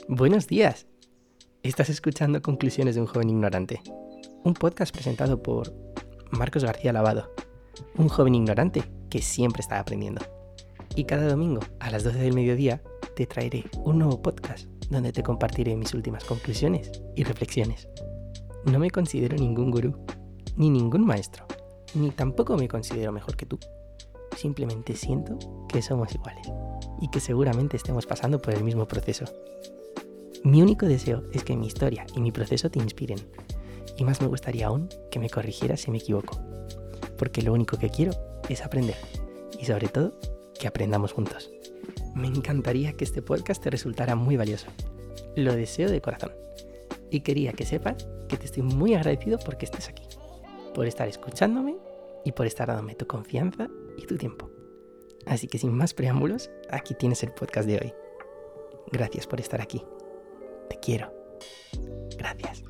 Buenos días. Estás escuchando Conclusiones de un joven ignorante, un podcast presentado por Marcos García Lavado, un joven ignorante que siempre está aprendiendo. Y cada domingo a las 12 del mediodía te traeré un nuevo podcast donde te compartiré mis últimas conclusiones y reflexiones. No me considero ningún gurú, ni ningún maestro, ni tampoco me considero mejor que tú. Simplemente siento que somos iguales y que seguramente estemos pasando por el mismo proceso. Mi único deseo es que mi historia y mi proceso te inspiren, y más me gustaría aún que me corrigieras si me equivoco, porque lo único que quiero es aprender, y sobre todo, que aprendamos juntos. Me encantaría que este podcast te resultara muy valioso. Lo deseo de corazón, y quería que sepas que te estoy muy agradecido porque estés aquí, por estar escuchándome y por estar dándome tu confianza y tu tiempo. Así que sin más preámbulos, aquí tienes el podcast de hoy. Gracias por estar aquí. Te quiero. Gracias.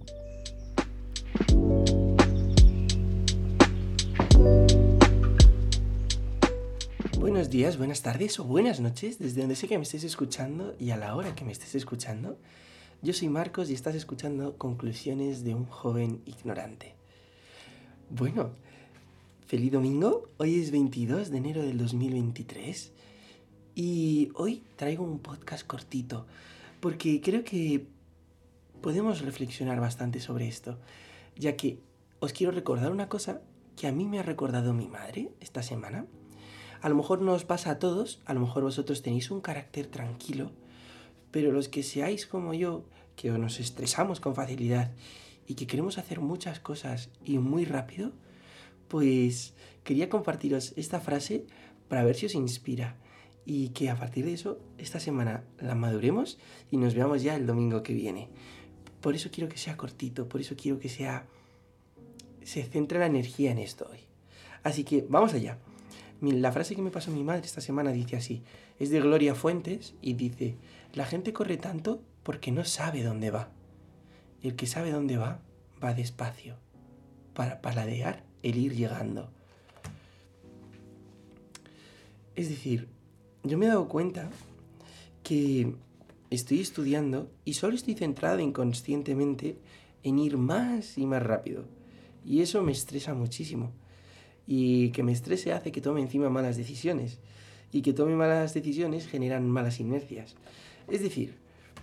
Buenos días, buenas tardes o buenas noches, desde donde sé que me estés escuchando y a la hora que me estés escuchando. Yo soy Marcos y estás escuchando Conclusiones de un joven ignorante. Bueno, feliz domingo. Hoy es 22 de enero del 2023 y hoy traigo un podcast cortito porque creo que podemos reflexionar bastante sobre esto, ya que os quiero recordar una cosa que a mí me ha recordado mi madre esta semana. A lo mejor no os pasa a todos, a lo mejor vosotros tenéis un carácter tranquilo, pero los que seáis como yo, que nos estresamos con facilidad y que queremos hacer muchas cosas y muy rápido, pues quería compartiros esta frase para ver si os inspira y que a partir de eso, esta semana la maduremos y nos veamos ya el domingo que viene. Por eso quiero que sea cortito, por eso quiero que se centre la energía en esto hoy. Así que vamos allá. La frase que me pasó mi madre esta semana dice así, es de Gloria Fuentes y dice: la gente corre tanto porque no sabe dónde va. Y el que sabe dónde va despacio, para paladear el ir llegando. Es decir, yo me he dado cuenta que estoy estudiando y solo estoy centrado inconscientemente en ir más y más rápido. Y eso me estresa muchísimo. Y que me estrese hace que tome encima malas decisiones. Y que tome malas decisiones generan malas inercias. Es decir,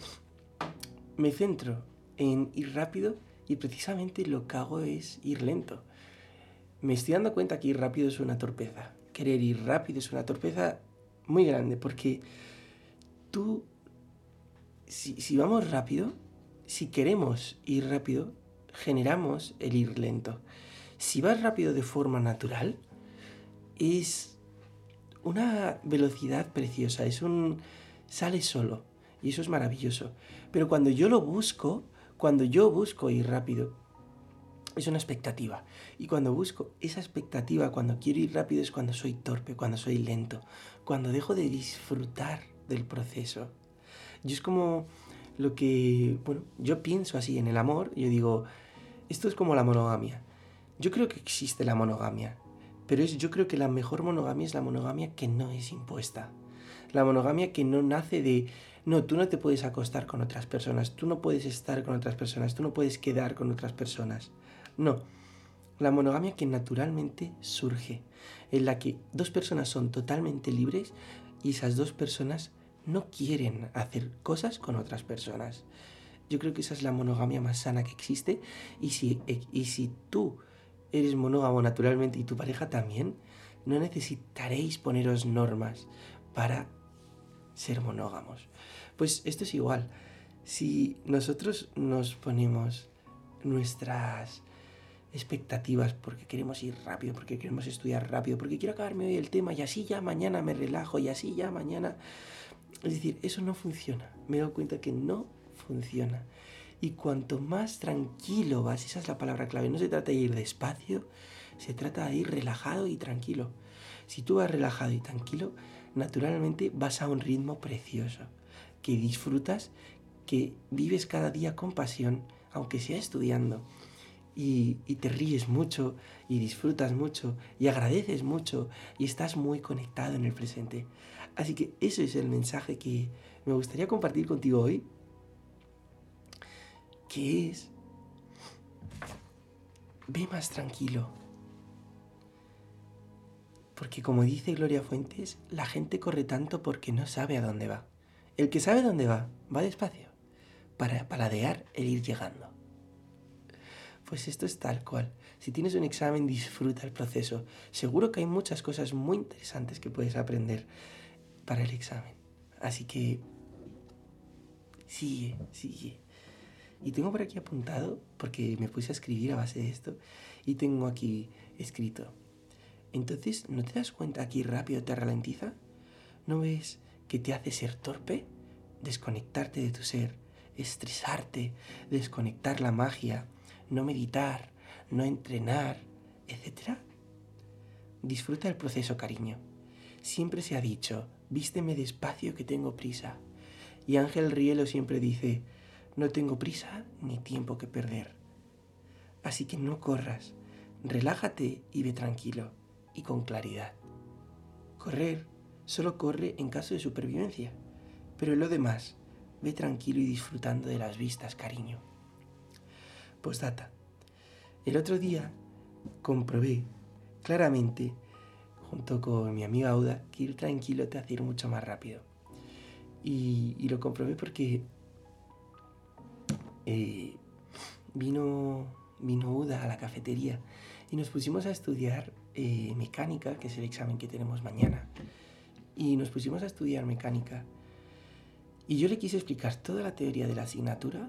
me centro en ir rápido y precisamente lo que hago es ir lento. Me estoy dando cuenta que ir rápido es una torpeza. Querer ir rápido es una torpeza muy grande porque tú, si vamos rápido, si queremos ir rápido, generamos el ir lento. Si vas rápido de forma natural, es una velocidad preciosa, sale solo y eso es maravilloso. Pero cuando yo busco ir rápido, es una expectativa. Y cuando busco esa expectativa, cuando quiero ir rápido, es cuando soy torpe, cuando soy lento, cuando dejo de disfrutar del proceso. Yo es como lo que, yo pienso así en el amor, yo digo, esto es como la monogamia. Yo creo que existe la monogamia, pero yo creo que la mejor monogamia es la monogamia que no es impuesta. La monogamia que no nace de, no, tú no te puedes acostar con otras personas, tú no puedes estar con otras personas, tú no puedes quedar con otras personas. No, la monogamia que naturalmente surge, en la que dos personas son totalmente libres y esas dos personas no quieren hacer cosas con otras personas. Yo creo que esa es la monogamia más sana que existe y si tú eres monógamo naturalmente y tu pareja también, no necesitaréis poneros normas para ser monógamos. Pues esto es igual. Si nosotros nos ponemos nuestras expectativas porque queremos ir rápido, porque queremos estudiar rápido, porque quiero acabarme hoy el tema y así ya mañana me relajo y así ya mañana... Es decir, eso no funciona. Me he dado cuenta que no funciona. Y cuanto más tranquilo vas, esa es la palabra clave, no se trata de ir despacio, se trata de ir relajado y tranquilo. Si tú vas relajado y tranquilo, naturalmente vas a un ritmo precioso, que disfrutas, que vives cada día con pasión, aunque sea estudiando, y te ríes mucho, y disfrutas mucho, y agradeces mucho, y estás muy conectado en el presente. Así que eso es el mensaje que me gustaría compartir contigo hoy. que es: ve más tranquilo. Porque como dice Gloria Fuentes, la gente corre tanto porque no sabe a dónde va. El que sabe dónde va despacio, para paladear el ir llegando. Pues esto es tal cual. Si tienes un examen, disfruta el proceso. Seguro que hay muchas cosas muy interesantes que puedes aprender para el examen. Así que sigue. Y tengo por aquí apuntado, porque me puse a escribir a base de esto, y tengo aquí escrito: entonces, ¿no te das cuenta que ir rápido te ralentiza? ¿No ves que te hace ser torpe? Desconectarte de tu ser, estresarte, desconectar la magia, no meditar, no entrenar, etc. Disfruta el proceso, cariño. Siempre se ha dicho: vísteme despacio que tengo prisa. Y Ángel Rielo siempre dice: no tengo prisa ni tiempo que perder. Así que no corras, relájate y ve tranquilo y con claridad. Correr solo corre en caso de supervivencia, pero en lo demás, ve tranquilo y disfrutando de las vistas, cariño. Postdata. El otro día comprobé claramente, junto con mi amiga Auda, que ir tranquilo te hace ir mucho más rápido. Y lo comprobé porque vino Auda a la cafetería y nos pusimos a estudiar mecánica, que es el examen que tenemos mañana. Y nos pusimos a estudiar mecánica. Y yo le quise explicar toda la teoría de la asignatura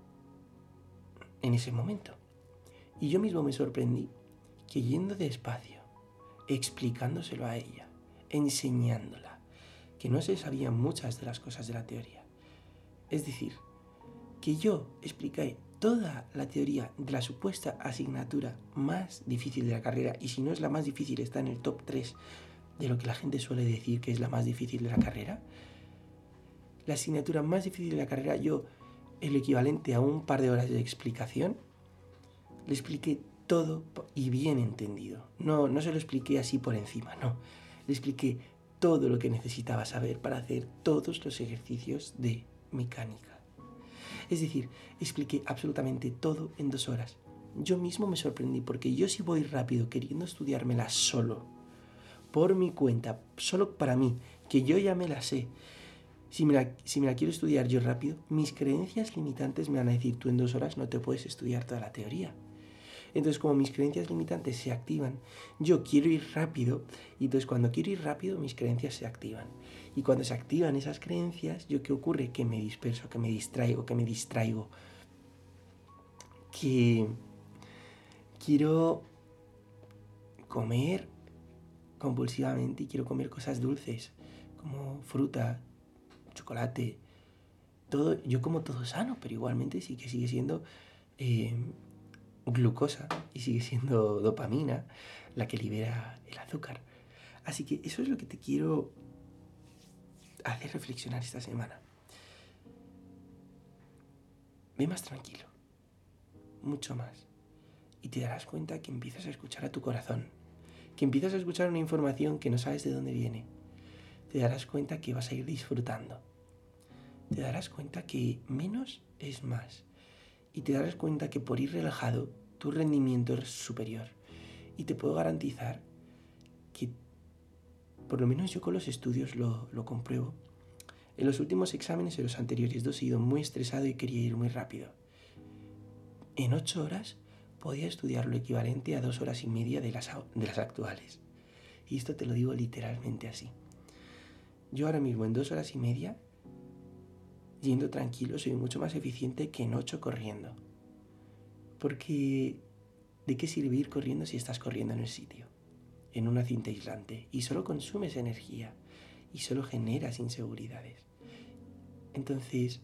en ese momento. Y yo mismo me sorprendí que yendo despacio, explicándoselo a ella, enseñándola, que no se sabían muchas de las cosas de la teoría. Es decir, que yo expliqué toda la teoría de la supuesta asignatura más difícil de la carrera, y si no es la más difícil, está en el top 3 de lo que la gente suele decir que es la más difícil de la carrera. La asignatura más difícil de la carrera, yo, el equivalente a un par de horas de explicación, le expliqué todo y bien entendido. No se lo expliqué así por encima, no. Le expliqué todo lo que necesitaba saber para hacer todos los ejercicios de mecánica. Es decir, expliqué absolutamente todo en 2 horas. Yo mismo me sorprendí porque yo, si voy rápido queriendo estudiármela solo, por mi cuenta, solo para mí, que yo ya me la sé, si me la quiero estudiar yo rápido, mis creencias limitantes me van a decir: tú en 2 horas no te puedes estudiar toda la teoría. Entonces, como mis creencias limitantes se activan, yo quiero ir rápido, y entonces cuando quiero ir rápido, mis creencias se activan. Y cuando se activan esas creencias, ¿qué ocurre? Que me disperso, que me distraigo, que quiero comer compulsivamente y quiero comer cosas dulces, como fruta, chocolate, todo. Yo como todo sano, pero igualmente sí que sigue siendo glucosa y sigue siendo dopamina la que libera el azúcar. Así que eso es lo que te quiero hacer reflexionar esta semana. Ve más tranquilo, mucho más, y te darás cuenta que empiezas a escuchar a tu corazón, que empiezas a escuchar una información que no sabes de dónde viene. Te darás cuenta que vas a ir disfrutando. Te darás cuenta que menos es más. Y te darás cuenta que por ir relajado, tu rendimiento es superior. Y te puedo garantizar que, por lo menos yo con los estudios lo compruebo. En los últimos exámenes, en los anteriores 2, he ido muy estresado y quería ir muy rápido. En 8 horas podía estudiar lo equivalente a 2 horas y media de las actuales. Y esto te lo digo literalmente así. Yo ahora mismo en 2 horas y media, yendo tranquilo, soy mucho más eficiente que en 8 corriendo. Porque ¿de qué sirve ir corriendo si estás corriendo en el sitio, en una cinta aislante, y solo consumes energía y solo generas inseguridades? Entonces,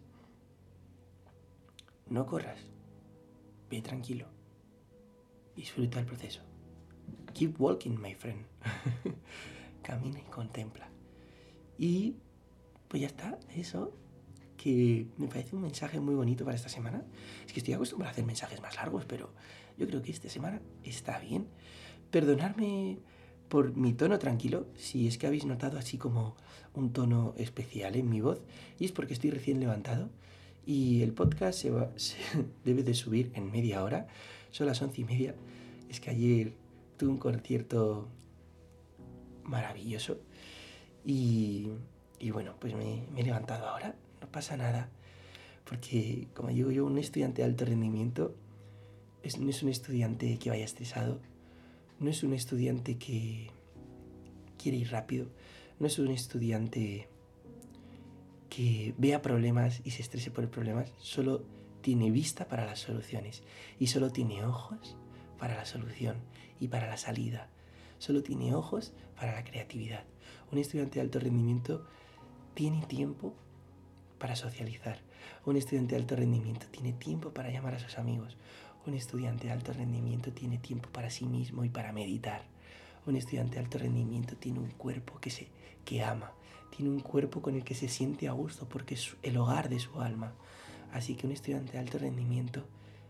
no corras, ve tranquilo, disfruta el proceso. Keep walking, my friend. Camina y contempla. Y pues ya está, eso, que me parece un mensaje muy bonito para esta semana. Es que estoy acostumbrado a hacer mensajes más largos, pero yo creo que esta semana está bien. Perdonadme por mi tono tranquilo, si es que habéis notado así como un tono especial en mi voz, y es porque estoy recién levantado Y el podcast se debe de subir en media hora. Son las 11:30. Es que ayer tuve un concierto maravilloso. Y bueno, pues me he levantado ahora. No pasa nada. Porque, como digo yo, un estudiante de alto rendimiento no es un estudiante que vaya estresado. No es un estudiante que quiere ir rápido. No es un estudiante que vea problemas y se estrese por problemas. Solo tiene vista para las soluciones y solo tiene ojos para la solución y para la salida. Solo tiene ojos para la creatividad. Un estudiante de alto rendimiento tiene tiempo para socializar. Un estudiante de alto rendimiento tiene tiempo para llamar a sus amigos. Un estudiante de alto rendimiento tiene tiempo para sí mismo y para meditar. Un estudiante de alto rendimiento tiene un cuerpo que ama. Tiene un cuerpo con el que se siente a gusto porque es el hogar de su alma. Así que un estudiante de alto rendimiento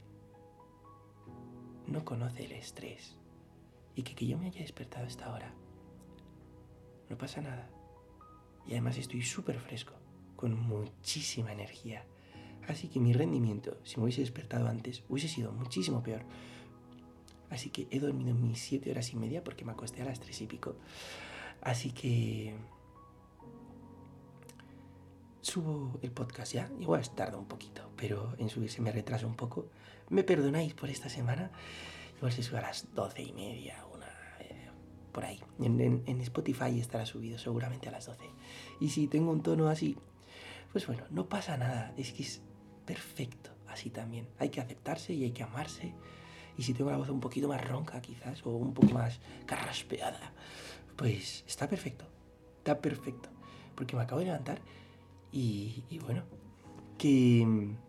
no conoce el estrés. Y que yo me haya despertado a esta hora, no pasa nada. Y además estoy súper fresco, con muchísima energía. Así que mi rendimiento, si me hubiese despertado antes, hubiese sido muchísimo peor. Así que he dormido mis 7 horas y media porque me acosté a las 3 y pico. Así que subo el podcast ya. Igual tarda un poquito, pero en subirse me retraso un poco. ¿Me perdonáis por esta semana? Igual se sube a las 12:30, por ahí. En Spotify estará subido seguramente a las 12. Y si tengo un tono así, pues bueno, no pasa nada. Es que es perfecto así también. Hay que aceptarse y hay que amarse. Y si tengo la voz un poquito más ronca quizás, o un poco más carraspeada, pues está perfecto. Está perfecto. Porque me acabo de levantar y bueno, que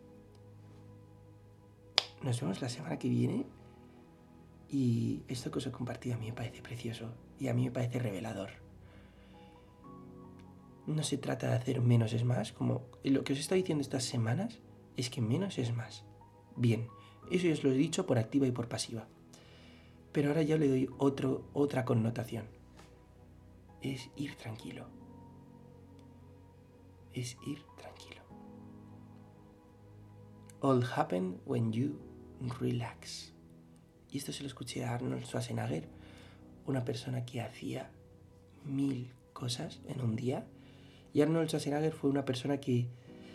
nos vemos la semana que viene. Y esto que os he compartido a mí me parece precioso y a mí me parece revelador. No se trata de hacer menos es más, como lo que os he estado diciendo estas semanas es que menos es más. Bien, eso ya os lo he dicho por activa y por pasiva. Pero ahora ya le doy otra connotación. Es ir tranquilo. Es ir tranquilo. All happen when you relax. Y esto se lo escuché a Arnold Schwarzenegger, una persona que hacía 1000 cosas en un día. Y Arnold Schwarzenegger fue la persona que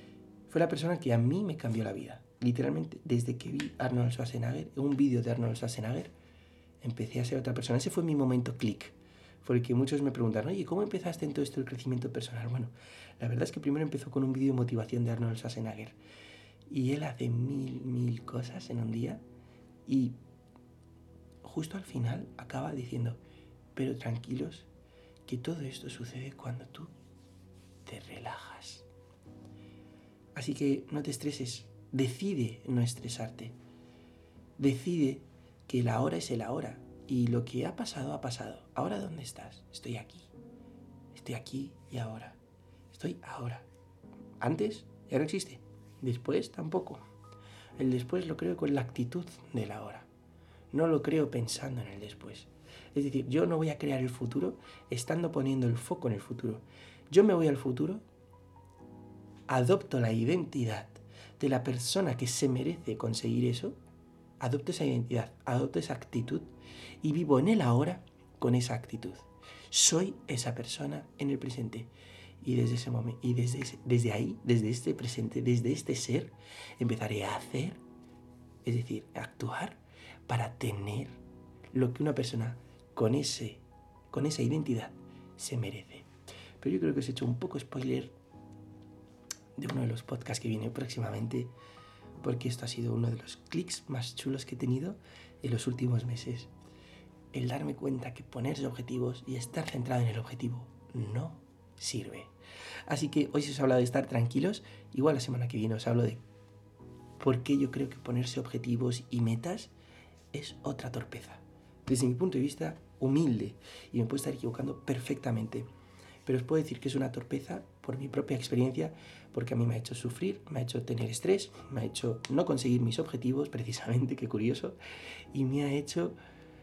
a mí me cambió la vida. Literalmente, desde que vi Arnold Schwarzenegger, un vídeo de Arnold Schwarzenegger, empecé a ser otra persona. Ese fue mi momento click. Porque muchos me preguntan, oye, ¿cómo empezaste en todo esto el crecimiento personal? Bueno, la verdad es que primero empezó con un vídeo de motivación de Arnold Schwarzenegger. Y él hace 1000 cosas en un día. Y justo al final acaba diciendo, pero tranquilos, que todo esto sucede cuando tú te relajas. Así que no te estreses, decide no estresarte. Decide que la hora es el ahora y lo que ha pasado ha pasado. ¿Ahora dónde estás? Estoy aquí y ahora. Estoy ahora. Antes ya no existe, después tampoco. El después lo creo con la actitud de la hora. No lo creo pensando en el después. Es decir, yo no voy a crear el futuro estando poniendo el foco en el futuro. Yo me voy al futuro, adopto la identidad de la persona que se merece conseguir eso, adopto esa identidad, adopto esa actitud y vivo en el ahora con esa actitud. Soy esa persona en el presente. Y desde ese momento, y desde ahí, desde este presente, desde este ser, empezaré a hacer, es decir, a actuar para tener lo que una persona con esa identidad se merece. Pero yo creo que os he hecho un poco spoiler de uno de los podcasts que viene próximamente, porque esto ha sido uno de los clics más chulos que he tenido en los últimos meses. El darme cuenta que ponerse objetivos y estar centrado en el objetivo no sirve. Así que hoy os he hablado de estar tranquilos. Igual la semana que viene os hablo de por qué yo creo que ponerse objetivos y metas es otra torpeza. Desde mi punto de vista, humilde, y me puedo estar equivocando perfectamente. Pero os puedo decir que es una torpeza por mi propia experiencia, porque a mí me ha hecho sufrir, me ha hecho tener estrés, me ha hecho no conseguir mis objetivos, precisamente, qué curioso, y me ha hecho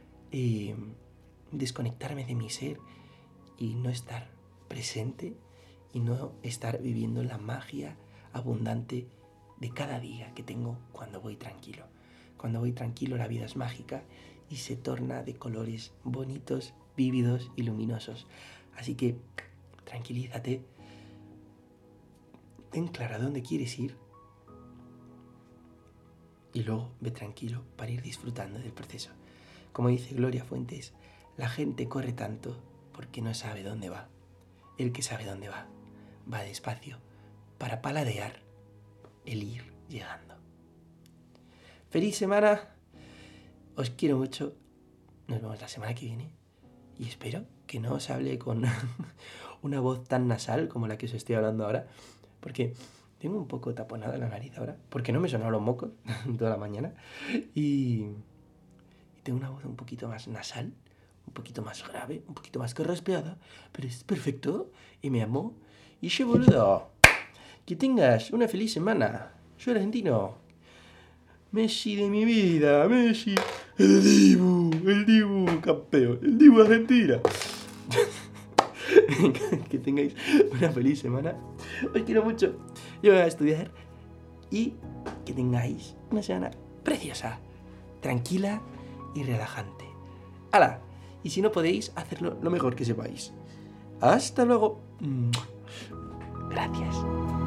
desconectarme de mi ser y no estar presente y no estar viviendo la magia abundante de cada día que tengo cuando voy tranquilo. Cuando voy tranquilo la vida es mágica y se torna de colores bonitos, vívidos y luminosos. Así que tranquilízate, ten claro a dónde quieres ir y luego ve tranquilo para ir disfrutando del proceso. Como dice Gloria Fuentes, la gente corre tanto porque no sabe dónde va. El que sabe dónde va, va despacio para paladear el ir llegando. ¡Feliz semana! Os quiero mucho. Nos vemos la semana que viene. Y espero que no os hable con una voz tan nasal como la que os estoy hablando ahora. Porque tengo un poco taponada la nariz ahora. Porque no me sonaron los mocos toda la mañana. Y tengo una voz un poquito más nasal. Un poquito más grave. Un poquito más carraspeada. Pero es perfecto. Y me amo. Y che boludo. Que tengas una feliz semana. Soy argentino. Messi de mi vida, Messi. El Dibu campeón, el Dibu Argentina. Que tengáis una feliz semana. Os quiero mucho. Yo voy a estudiar. Y que tengáis una semana preciosa, tranquila y relajante. ¡Hala! Y si no podéis, hacerlo lo mejor que sepáis. Hasta luego. Gracias.